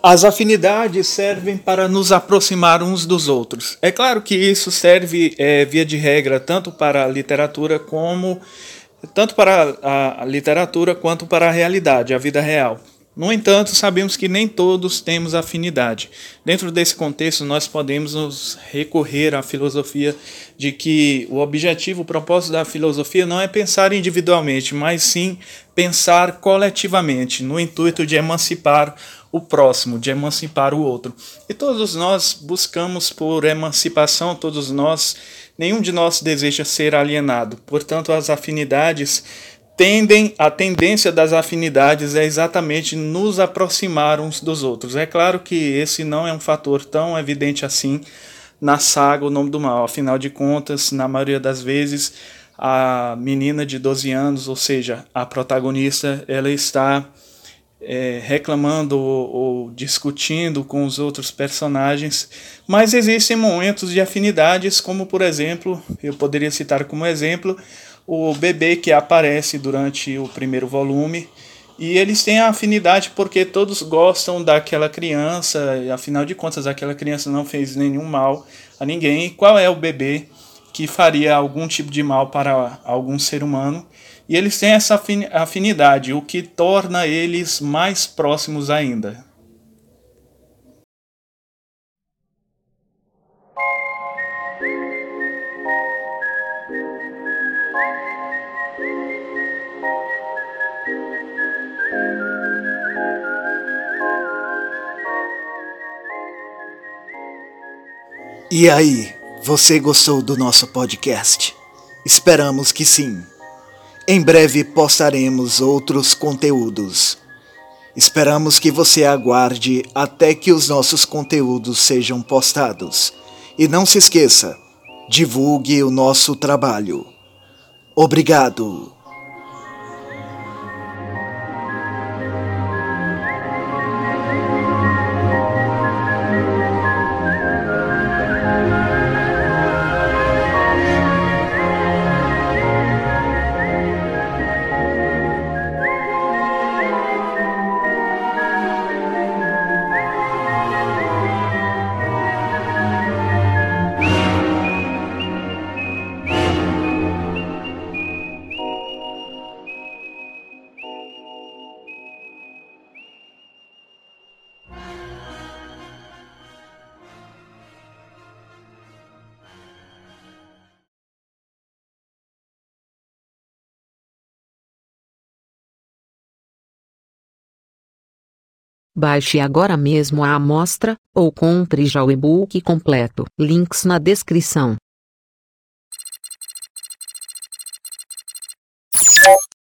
As afinidades servem para nos aproximar uns dos outros. É claro que isso serve, via de regra, tanto para a literatura quanto para a realidade, a vida real. No entanto, sabemos que nem todos temos afinidade. Dentro desse contexto, nós podemos nos recorrer à filosofia de que o objetivo, o propósito da filosofia não é pensar individualmente, mas sim pensar coletivamente, no intuito de emancipar o próximo, de emancipar o outro. E todos nós buscamos por emancipação, nenhum de nós deseja ser alienado. Portanto, a tendência das afinidades é exatamente nos aproximar uns dos outros. É claro que esse não é um fator tão evidente assim na saga O Nome do Mal. Afinal de contas, na maioria das vezes, a menina de 12 anos, ou seja, a protagonista, ela está reclamando ou discutindo com os outros personagens, mas existem momentos de afinidades, como por exemplo, eu poderia citar como exemplo, o bebê que aparece durante o primeiro volume, e eles têm a afinidade porque todos gostam daquela criança, e afinal de contas aquela criança não fez nenhum mal a ninguém. E qual é o bebê que faria algum tipo de mal para algum ser humano? E eles têm essa afinidade, o que torna eles mais próximos ainda. E aí, você gostou do nosso podcast? Esperamos que sim. Em breve postaremos outros conteúdos. Esperamos que você aguarde até que os nossos conteúdos sejam postados. E não se esqueça, divulgue o nosso trabalho. Obrigado. Baixe agora mesmo a amostra, ou compre já o e-book completo. Links na descrição.